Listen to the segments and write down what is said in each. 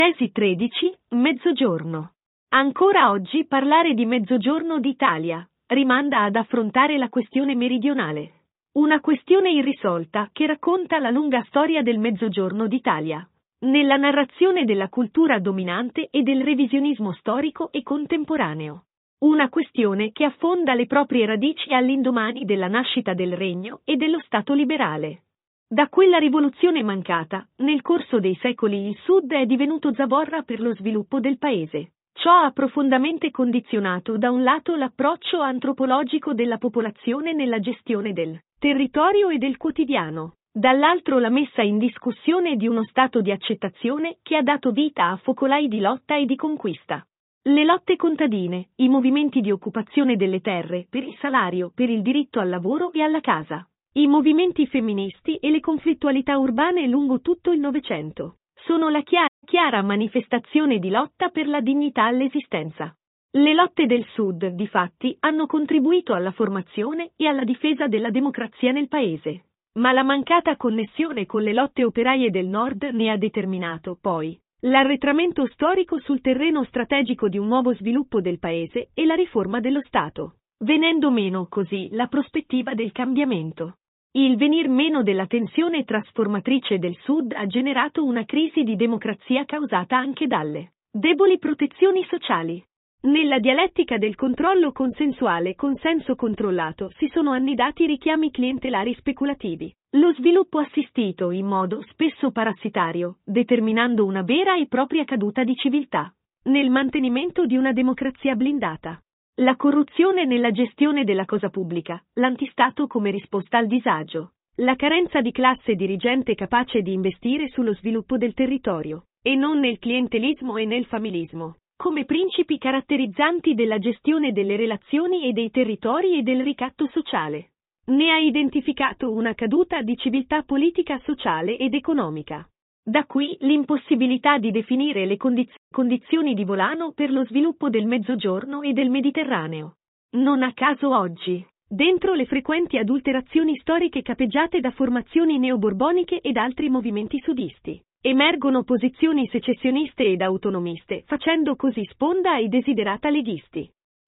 Tesi 13, Mezzogiorno. Ancora oggi parlare di Mezzogiorno d'Italia rimanda ad affrontare la questione meridionale. Una questione irrisolta che racconta la lunga storia del Mezzogiorno d'Italia, nella narrazione della cultura dominante e del revisionismo storico e contemporaneo. Una questione che affonda le proprie radici all'indomani della nascita del Regno e dello Stato liberale. Da quella rivoluzione mancata, nel corso dei secoli il Sud è divenuto zavorra per lo sviluppo del paese. Ciò ha profondamente condizionato da un lato l'approccio antropologico della popolazione nella gestione del territorio e del quotidiano, dall'altro la messa in discussione di uno stato di accettazione che ha dato vita a focolai di lotta e di conquista. Le lotte contadine, i movimenti di occupazione delle terre, per il salario, per il diritto al lavoro e alla casa. I movimenti femministi e le conflittualità urbane lungo tutto il Novecento sono la chiara manifestazione di lotta per la dignità all'esistenza. Le lotte del Sud, difatti, hanno contribuito alla formazione e alla difesa della democrazia nel paese. Ma la mancata connessione con le lotte operaie del Nord ne ha determinato, poi, l'arretramento storico sul terreno strategico di un nuovo sviluppo del paese e la riforma dello Stato, venendo meno, così, la prospettiva del cambiamento. Il venir meno della tensione trasformatrice del Sud ha generato una crisi di democrazia causata anche dalle deboli protezioni sociali. Nella dialettica del controllo consensuale consenso controllato si sono annidati richiami clientelari speculativi, lo sviluppo assistito in modo spesso parassitario, determinando una vera e propria caduta di civiltà, nel mantenimento di una democrazia blindata. La corruzione nella gestione della cosa pubblica, l'antistato come risposta al disagio, la carenza di classe dirigente capace di investire sullo sviluppo del territorio, e non nel clientelismo e nel familismo, come principi caratterizzanti della gestione delle relazioni e dei territori e del ricatto sociale. Ne ha identificato una caduta di civiltà politica, sociale ed economica. Da qui l'impossibilità di definire le condizioni di volano per lo sviluppo del Mezzogiorno e del Mediterraneo. Non a caso oggi, dentro le frequenti adulterazioni storiche capeggiate da formazioni neoborboniche ed altri movimenti sudisti, emergono posizioni secessioniste ed autonomiste, facendo così sponda ai desiderata leghisti.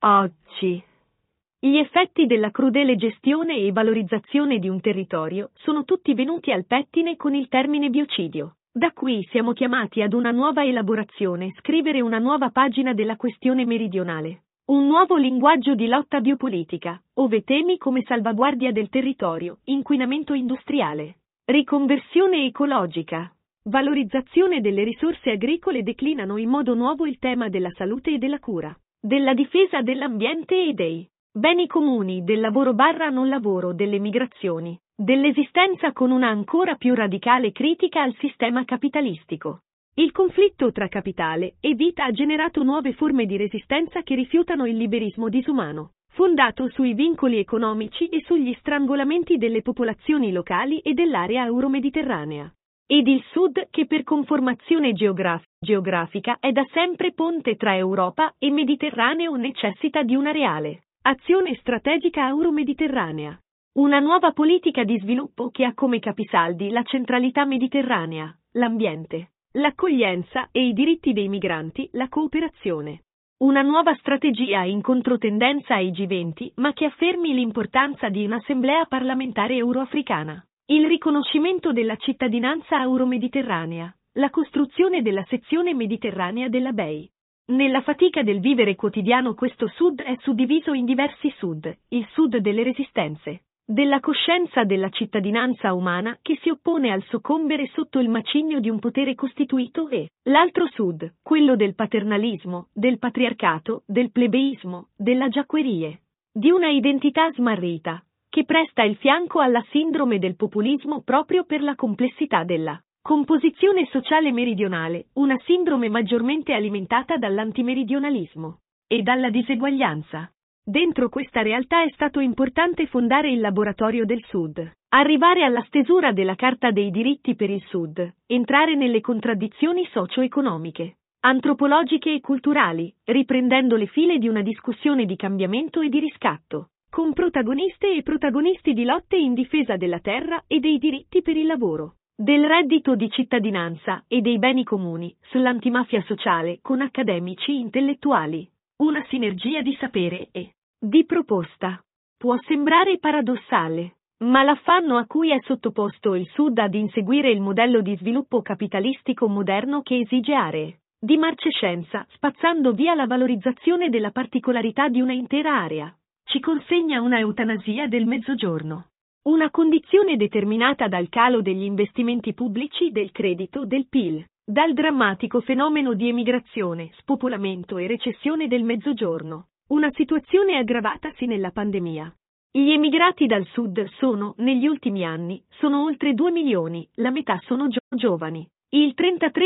Oggi, gli effetti della crudele gestione e valorizzazione di un territorio sono tutti venuti al pettine con il termine biocidio. Da qui siamo chiamati ad una nuova elaborazione, scrivere una nuova pagina della questione meridionale. Un nuovo linguaggio di lotta biopolitica, ove temi come salvaguardia del territorio, inquinamento industriale, riconversione ecologica, valorizzazione delle risorse agricole declinano in modo nuovo il tema della salute e della cura, della difesa dell'ambiente e dei beni comuni, del lavoro/non lavoro, delle migrazioni, dell'esistenza con una ancora più radicale critica al sistema capitalistico. Il conflitto tra capitale e vita ha generato nuove forme di resistenza che rifiutano il liberismo disumano, fondato sui vincoli economici e sugli strangolamenti delle popolazioni locali e dell'area euromediterranea. Ed il Sud, che per conformazione geografica è da sempre ponte tra Europa e Mediterraneo, necessita di una reale azione strategica euro-mediterranea. Una nuova politica di sviluppo che ha come capisaldi la centralità mediterranea, l'ambiente, l'accoglienza e i diritti dei migranti, la cooperazione. Una nuova strategia in controtendenza ai G20, ma che affermi l'importanza di un'assemblea parlamentare euroafricana. Il riconoscimento della cittadinanza euro-mediterranea, la costruzione della sezione mediterranea della BEI. Nella fatica del vivere quotidiano questo Sud è suddiviso in diversi Sud, il Sud delle resistenze, della coscienza della cittadinanza umana che si oppone al soccombere sotto il macigno di un potere costituito e l'altro Sud, quello del paternalismo, del patriarcato, del plebeismo, della giacquerie, di una identità smarrita, che presta il fianco alla sindrome del populismo proprio per la complessità della composizione sociale meridionale, una sindrome maggiormente alimentata dall'antimeridionalismo e dalla diseguaglianza. Dentro questa realtà è stato importante fondare il Laboratorio del Sud, arrivare alla stesura della Carta dei diritti per il Sud, entrare nelle contraddizioni socio-economiche, antropologiche e culturali, riprendendo le file di una discussione di cambiamento e di riscatto, con protagoniste e protagonisti di lotte in difesa della terra e dei diritti per il lavoro. del reddito di cittadinanza e dei beni comuni, sull'antimafia sociale con accademici intellettuali. Una sinergia di sapere e di proposta. Può sembrare paradossale, ma l'affanno a cui è sottoposto il Sud ad inseguire il modello di sviluppo capitalistico moderno che esige aree di marcescenza, spazzando via la valorizzazione della particolarità di una intera area, ci consegna una eutanasia del Mezzogiorno. Una condizione determinata dal calo degli investimenti pubblici, del credito, del PIL, dal drammatico fenomeno di emigrazione, spopolamento e recessione del Mezzogiorno. Una situazione aggravatasi nella pandemia. Gli emigrati dal Sud sono, negli ultimi anni, sono oltre 2 milioni, la metà sono giovani. Il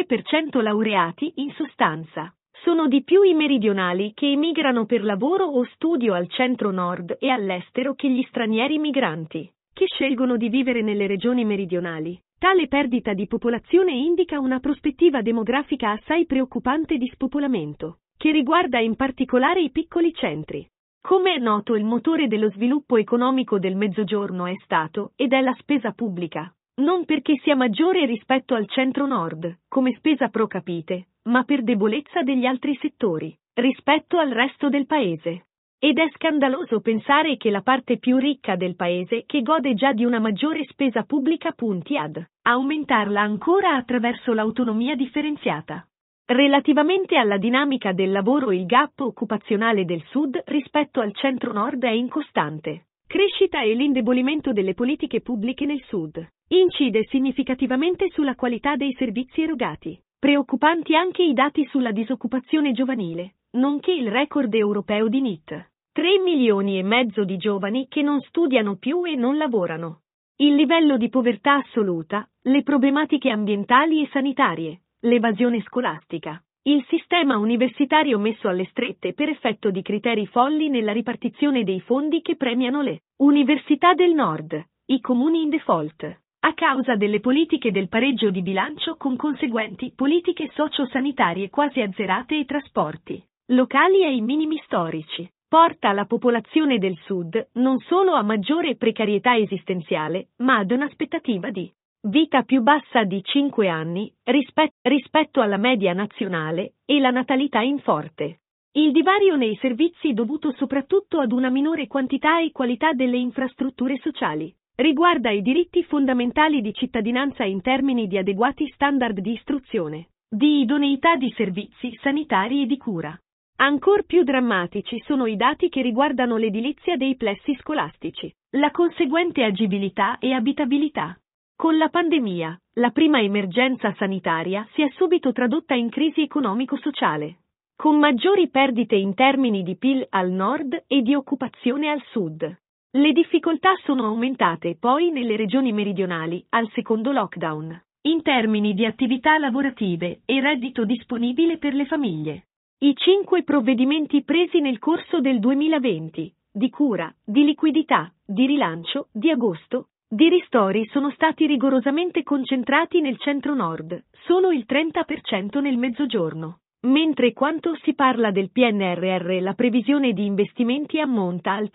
33% laureati, in sostanza. Sono di più i meridionali che emigrano per lavoro o studio al centro-nord e all'estero che gli stranieri migranti, che scelgono di vivere nelle regioni meridionali. Tale perdita di popolazione indica una prospettiva demografica assai preoccupante di spopolamento, che riguarda in particolare i piccoli centri. Come è noto, il motore dello sviluppo economico del Mezzogiorno è stato ed è la spesa pubblica. Non perché sia maggiore rispetto al centro-nord, come spesa pro capite, ma per debolezza degli altri settori, rispetto al resto del paese. Ed è scandaloso pensare che la parte più ricca del paese, che gode già di una maggiore spesa pubblica, punti ad aumentarla ancora attraverso l'autonomia differenziata. Relativamente alla dinamica del lavoro, il gap occupazionale del Sud rispetto al centro-nord è in costante crescita e l'indebolimento delle politiche pubbliche nel Sud incide significativamente sulla qualità dei servizi erogati. Preoccupanti anche i dati sulla disoccupazione giovanile, nonché il record europeo di NEET. 3 milioni e mezzo di giovani che non studiano più e non lavorano. Il livello di povertà assoluta, le problematiche ambientali e sanitarie, l'evasione scolastica, il sistema universitario messo alle strette per effetto di criteri folli nella ripartizione dei fondi che premiano le università del nord, i comuni in default, a causa delle politiche del pareggio di bilancio con conseguenti politiche socio-sanitarie quasi azzerate e trasporti locali ai minimi storici, porta la popolazione del Sud non solo a maggiore precarietà esistenziale, ma ad un'aspettativa di vita più bassa di 5 anni rispetto alla media nazionale e la natalità in forte. Il divario nei servizi dovuto soprattutto ad una minore quantità e qualità delle infrastrutture sociali. Riguarda i diritti fondamentali di cittadinanza in termini di adeguati standard di istruzione, di idoneità di servizi sanitari e di cura. Ancor più drammatici sono i dati che riguardano l'edilizia dei plessi scolastici, la conseguente agibilità e abitabilità. Con la pandemia, la prima emergenza sanitaria si è subito tradotta in crisi economico-sociale, con maggiori perdite in termini di PIL al nord e di occupazione al sud. Le difficoltà sono aumentate poi nelle regioni meridionali, al secondo lockdown, in termini di attività lavorative e reddito disponibile per le famiglie. I 5 provvedimenti presi nel corso del 2020, di cura, di liquidità, di rilancio, di agosto, di ristori sono stati rigorosamente concentrati nel centro-nord, solo il 30% nel mezzogiorno. Mentre quando si parla del PNRR la previsione di investimenti ammonta al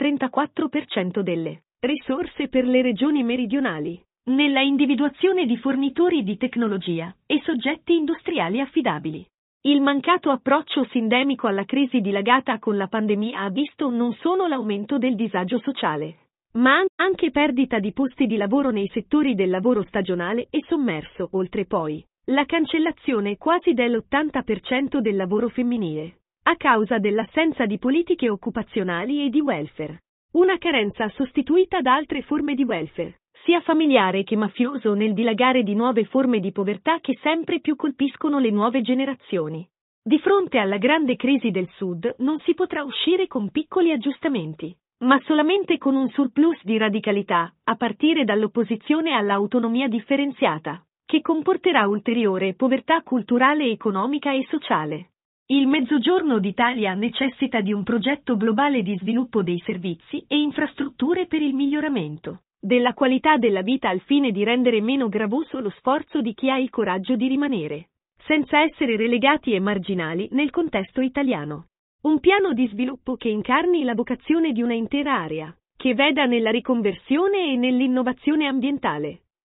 34% delle risorse per le regioni meridionali, nella individuazione di fornitori di tecnologia e soggetti industriali affidabili. Il mancato approccio sindemico alla crisi dilagata con la pandemia ha visto non solo l'aumento del disagio sociale, ma anche perdita di posti di lavoro nei settori del lavoro stagionale e sommerso, oltre poi la cancellazione quasi dell'80% del lavoro femminile, a causa dell'assenza di politiche occupazionali e di welfare. Una carenza sostituita da altre forme di welfare, sia familiare che mafioso, nel dilagare di nuove forme di povertà che sempre più colpiscono le nuove generazioni. Di fronte alla grande crisi del Sud non si potrà uscire con piccoli aggiustamenti, ma solamente con un surplus di radicalità, a partire dall'opposizione all'autonomia differenziata, che comporterà ulteriore povertà culturale, economica e sociale. Il Mezzogiorno d'Italia necessita di un progetto globale di sviluppo dei servizi e infrastrutture per il miglioramento della qualità della vita al fine di rendere meno gravoso lo sforzo di chi ha il coraggio di rimanere, senza essere relegati e marginali nel contesto italiano. Un piano di sviluppo che incarni la vocazione di una intera area, che veda nella riconversione e nell'innovazione ambientale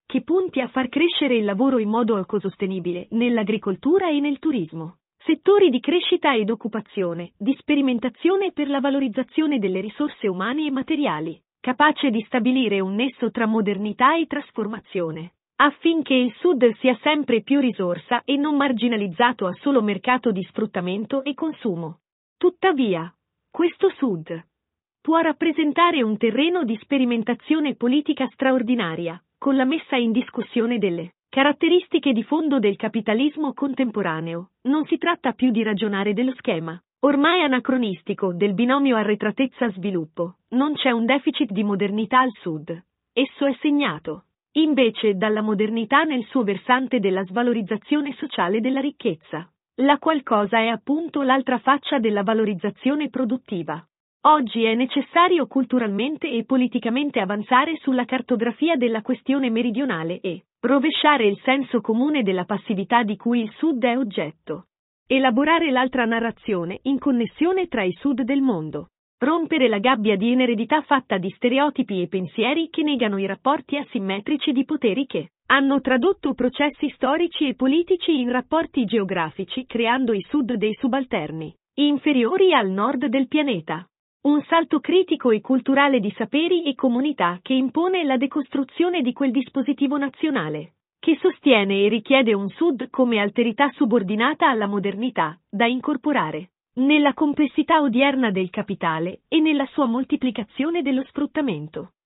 che punti a far crescere il lavoro in modo ecosostenibile nell'agricoltura e nel turismo. Settori di crescita ed occupazione, di sperimentazione per la valorizzazione delle risorse umane e materiali, capace di stabilire un nesso tra modernità e trasformazione, affinché il Sud sia sempre più risorsa e non marginalizzato a solo mercato di sfruttamento e consumo. Tuttavia, questo Sud può rappresentare un terreno di sperimentazione politica straordinaria, con la messa in discussione delle caratteristiche di fondo del capitalismo contemporaneo. Non si tratta più di ragionare dello schema ormai anacronistico del binomio arretratezza-sviluppo. Non c'è un deficit di modernità al Sud. Esso è segnato, invece, dalla modernità nel suo versante della svalorizzazione sociale della ricchezza, la qual cosa è appunto l'altra faccia della valorizzazione produttiva. Oggi è necessario culturalmente e politicamente avanzare sulla cartografia della questione meridionale e rovesciare il senso comune della passività di cui il Sud è oggetto. Elaborare l'altra narrazione in connessione tra i Sud del mondo. Rompere la gabbia di ineredità fatta di stereotipi e pensieri che negano i rapporti asimmetrici di poteri che hanno tradotto processi storici e politici in rapporti geografici, creando i Sud dei subalterni, inferiori al nord del pianeta. Un salto critico e culturale di saperi e comunità che impone la decostruzione di quel dispositivo nazionale, che sostiene e richiede un Sud come alterità subordinata alla modernità, da incorporare nella complessità odierna del capitale e nella sua moltiplicazione dello sfruttamento.